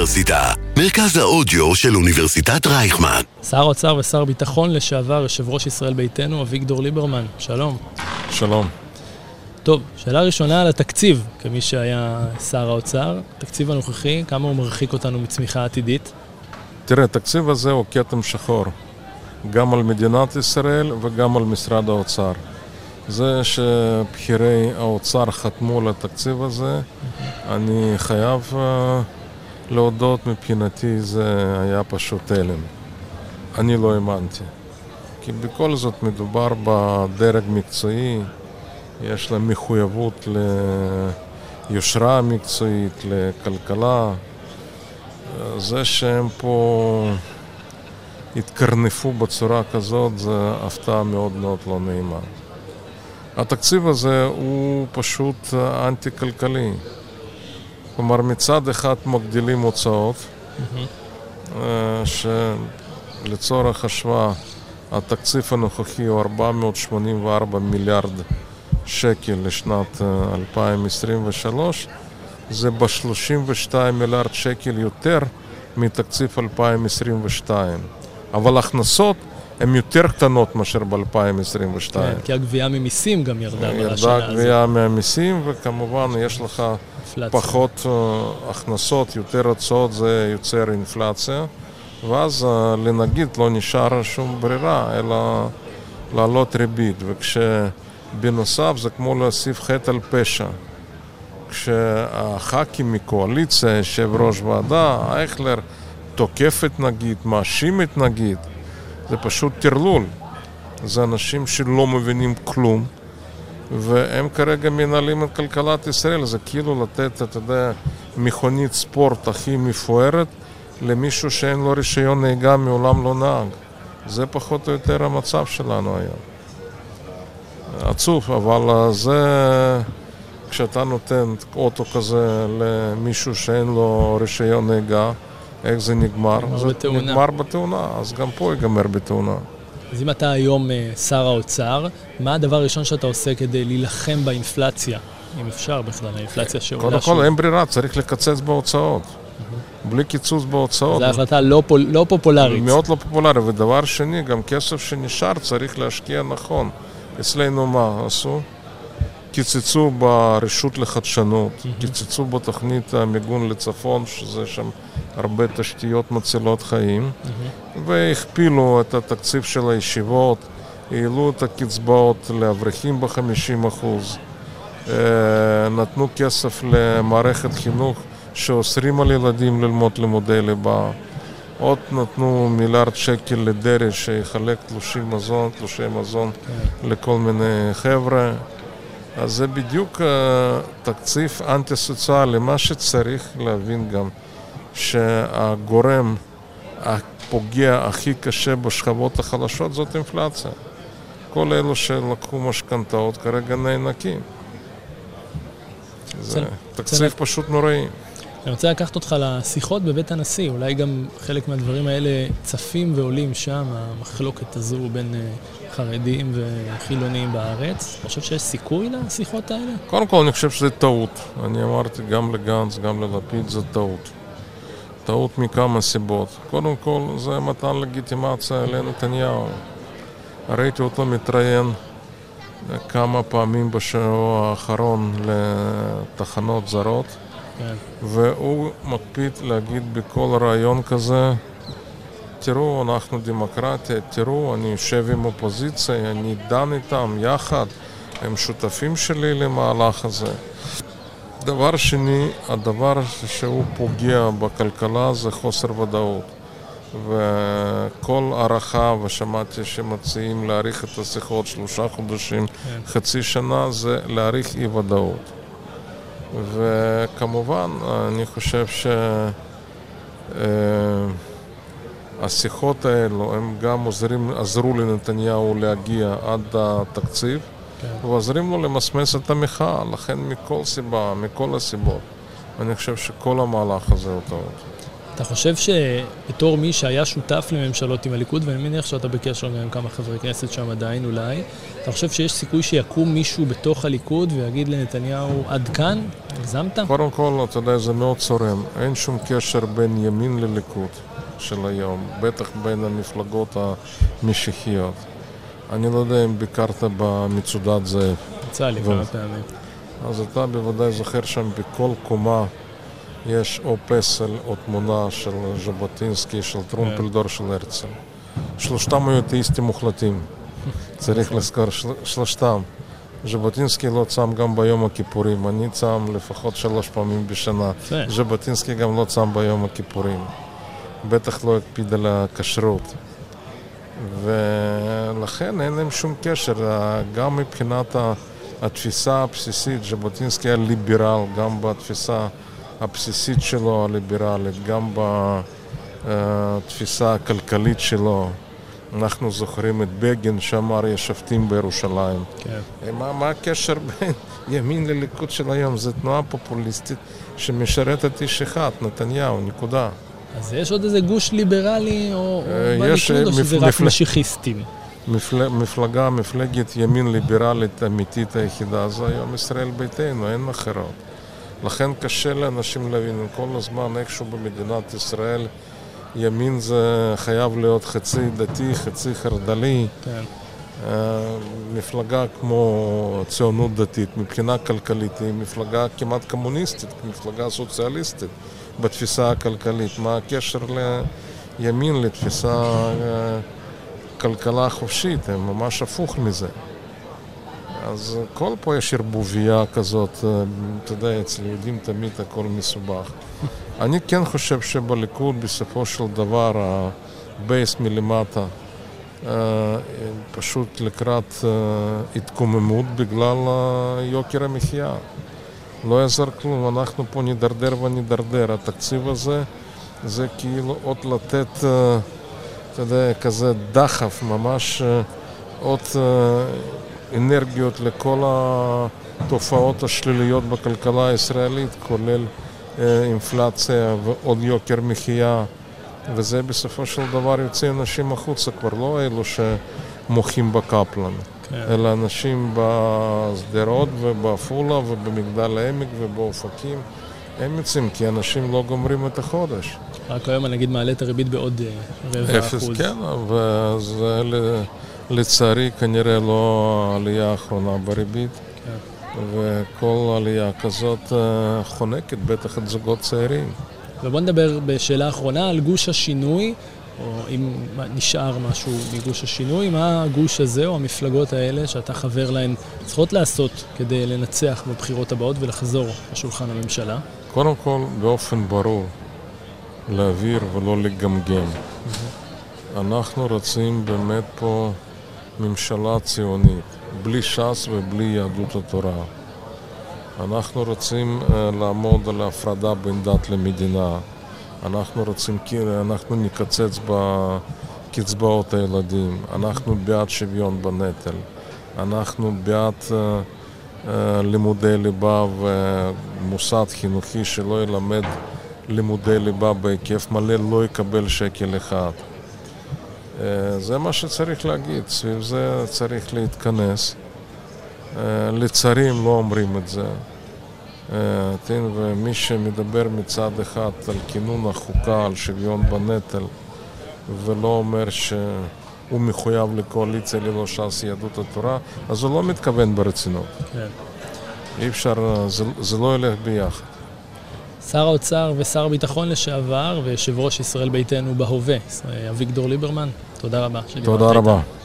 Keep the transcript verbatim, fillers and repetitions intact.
האוניברסיטה, מרכז האודיו של אוניברסיטת רייכמן. שר האוצר ושר ביטחון לשעבר, יושב ראש ישראל ביתנו, אביגדור ליברמן. שלום. שלום. טוב, שאלה ראשונה על התקציב, כמי שהיה שר האוצר. התקציב הנוכחי, כמה הוא מרחיק אותנו מצמיחה עתידית? תראה, התקציב הזה הוא כתם שחור, גם על מדינת ישראל וגם על משרד האוצר. זה שבחירי האוצר חתמו על התקציב הזה, אני חייב uh, להודות, מבחינתי זה היה פשוט הלם. אני לא האמנתי. כי בכל זאת מדובר בדרג מקצועי, יש לה מחויבות ליושרה מקצועית, לכלכלה. זה שהם פה התקרנפו בצורה כזאת, זה הפתעה מאוד מאוד לא נעימה. התקציב הזה הוא פשוט אנטי-כלכלי. כלומר, מצד אחד מגדילים הוצאות, mm-hmm. שלצורך השוואה, התקציב הנוכחי הוא ארבע מאות שמונים וארבע מיליארד שקל לשנת אלפיים עשרים ושלוש, זה ב-שלושים ושניים מיליארד שקל יותר מתקציב אלפיים עשרים ושתיים. אבל הכנסות הן יותר קטנות מאשר ב-אלפיים עשרים ושתיים. כן, כי הגבייה ממיסים גם ירדה בשנה הזאת. ירדה גבייה מהמיסים, וכמובן יש לך אינפלציה. פחות uh, הכנסות, יותר הוצאות, זה יוצר אינפלציה, ואז uh, לנגיד לא נשאר שום ברירה, אלא לעלות ריבית, וכשבנוסף זה כמו להוסיף חטא על פשע. כשהח"כים מקואליציה, יושב ראש ועדה, אייכלר, תוקף את נגיד, מאשים את נגיד, זה פשוט תרלול. זה אנשים שלא מבינים כלום, והם כרגע מנהלים את כלכלת ישראל. זה כאילו לתת, אתה יודע, מכונית ספורט הכי מפוארת למישהו שאין לו רישיון נהיגה, מעולם לא נהג. זה פחות או יותר המצב שלנו היום. עצוב, אבל זה... כשאתה נותן אוטו כזה למישהו שאין לו רישיון נהיגה, איך זה נגמר? זה בתאונה. נגמר בתאונה, אז גם פה ייגמר בתאונה. אז אם אתה היום שר האוצר, מה הדבר הראשון שאתה עושה כדי להילחם באינפלציה? אם אפשר בכלל, האינפלציה שעולה קודם כל, אין ברירה, צריך לקצץ בהוצאות. בלי קיצוץ בהוצאות. זו החלטה לא, פול, לא פופולרית. מאוד לא פופולרית, ודבר שני, גם כסף שנשאר צריך להשקיע נכון. אצלנו מה עשו? קיצצו ברשות לחדשנות, mm-hmm. קיצצו בתוכנית המיגון לצפון, שזה שם הרבה תשתיות מצילות חיים, mm-hmm. והכפילו את התקציב של הישיבות, העלו את הקצבאות לאברכים ב-חמישים אחוז, נתנו כסף למערכת חינוך שאוסרים על ילדים ללמוד לימודי ליבה, עוד נתנו מיליארד שקל לדרעי שיחלק תלושי מזון, תלושי מזון okay. לכל מיני חבר'ה. אז זה בדיוק תקציב אנטי-סוציאלי. מה שצריך להבין גם, שהגורם הפוגע הכי קשה בשכבות החלשות זאת אינפלציה. כל אלו שלקחו משכנתאות כרגע נאנקים. זה תקציב פשוט נוראי. אני רוצה לקחת אותך לשיחות בבית הנשיא, אולי גם חלק מהדברים האלה צפים ועולים שם, המחלוקת הזו בין חרדים וחילונים בארץ. אני חושב שיש סיכוי לשיחות האלה? קודם כל אני חושב שזה טעות. אני אמרתי גם לגנץ, גם ללפיד, זה טעות. טעות מכמה סיבות. קודם כל זה מתן לגיטימציה לנתניהו. ראיתי אותו מתראיין כמה פעמים בשבוע האחרון לתחנות זרות, והוא מקפיד להגיד בכל רעיון כזה, תראו, אנחנו דמוקרטיה, תראו, אני יושב עם אופוזיציה, אני דן איתם יחד, הם שותפים שלי למהלך הזה. דבר שני, הדבר שהוא פוגע בכלכלה זה חוסר ודאות. וכל הערכה, ושמעתי שמציעים להאריך את השיחות שלושה חודשים, חצי שנה, זה להאריך אי ודאות. וכמובן, אני חושב שהשיחות האלו, הם גם עוזרים, עזרו לנתניהו להגיע עד התקציב, כן. ועוזרים לו למסמס את המחאה, לכן מכל סיבה, מכל הסיבות. אני חושב שכל המהלך הזה הוא טעות. אתה חושב שבתור מי שהיה שותף לממשלות עם הליכוד, ואני מניח שאתה בקשר גם עם כמה חברי כנסת שם עדיין אולי, אתה חושב שיש סיכוי שיקום מישהו בתוך הליכוד ויגיד לנתניהו עד כאן? הגזמת? קודם כל, אתה יודע, זה מאוד צורם. אין שום קשר בין ימין לליכוד של היום, בטח בין המפלגות המשיחיות. אני לא יודע אם ביקרת במצודת זאב. יצא לי כמה פעמים. אז אתה בוודאי זוכר שם בכל קומה יש או פסל או תמונה של ז'בוטינסקי, של טרומפלדור, של הרצל. שלושתם היו אתאיסטים מוחלטים. צריך לזכור, שלושתם. ז'בוטינסקי לא צם גם ביום הכיפורים. אני צם לפחות שלוש פעמים בשנה. ז'בוטינסקי גם לא צם ביום הכיפורים. בטח לא הקפיד על הכשרות. ולכן אין להם שום קשר. גם מבחינת התפיסה הבסיסית, ז'בוטינסקי היה ליברל, גם בתפיסה הבסיסית שלו הליברלית, גם בתפיסה הכלכלית שלו. אנחנו זוכרים את בגין שאמר יש שופטים בירושלים. כן. מה, מה הקשר בין ימין לליכוד של היום? זו תנועה פופוליסטית שמשרתת איש אחד, נתניהו, נקודה. אז יש עוד איזה גוש ליברלי או בליכוד, או שזה רק משיחיסטים? מפלגה, מפלגת ימין ליברלית אמיתית היחידה, זה היום ישראל ביתנו, אין אחרות. לכן קשה לאנשים להבין, כל הזמן איכשהו במדינת ישראל, ימין זה חייב להיות חצי דתי, חצי חרד"לי. כן. מפלגה כמו ציונות דתית, מבחינה כלכלית, היא מפלגה כמעט קומוניסטית, מפלגה סוציאליסטית בתפיסה הכלכלית. מה הקשר לימין לתפיסה כלכלה חופשית? הם ממש הפוך מזה. אז כל פה יש ערבוביה כזאת, אתה יודע, אצל יהודים תמיד הכל מסובך. אני כן חושב שבליכוד בסופו של דבר הבייס מלמטה פשוט לקראת התקוממות בגלל יוקר המחיה. לא יעזר כלום, אנחנו פה נדרדר ונדרדר. התקציב הזה זה כאילו עוד לתת, אתה יודע, כזה דחף, ממש עוד אנרגיות לכל התופעות השליליות בכלכלה הישראלית, כולל אינפלציה ועוד יוקר מחיה, וזה בסופו של דבר יוצא אנשים החוצה, כבר לא אלו שמוחים בקפלן, כן. אלא אנשים בשדרות ובאפולה ובמגדל העמק ובאופקים, הם יוצאים כי אנשים לא גומרים את החודש. רק היום אני אגיד מעלה את הריבית בעוד רבע אפס, אחוז. כן, וזה לצערי כנראה לא העלייה האחרונה בריבית. כן. וכל עלייה כזאת חונקת בטח את זוגות צעירים. ובוא נדבר בשאלה האחרונה על גוש השינוי, או אם נשאר משהו מגוש השינוי, מה הגוש הזה או המפלגות האלה שאתה חבר להן צריכות לעשות כדי לנצח בבחירות הבאות ולחזור לשולחן הממשלה? קודם כל, באופן ברור, להעביר ולא לגמגם. Mm-hmm. אנחנו רוצים באמת פה ממשלה ציונית, בלי ש"ס ובלי יהדות התורה. אנחנו רוצים uh, לעמוד על ההפרדה בין דת למדינה. אנחנו רוצים, אנחנו נקצץ בקצבאות הילדים. אנחנו בעד שוויון בנטל. אנחנו בעד uh, uh, לימודי ליבה ומוסד חינוכי שלא ילמד לימודי ליבה בהיקף מלא, לא יקבל שקל אחד. Uh, זה מה שצריך להגיד. סביב זה צריך להתכנס. Uh, לצערים לא אומרים את זה. Uh, ומי שמדבר מצד אחד על כינון החוקה, על שוויון בנטל, ולא אומר שהוא מחויב לקואליציה ללא ש"ס יהדות התורה, אז הוא לא מתכוון ברצינות. כן. אי אפשר, זה, זה לא ילך ביחד. שר האוצר ושר הביטחון לשעבר ויושב ראש ישראל ביתנו בהווה, אביגדור ליברמן, תודה רבה. תודה רבה.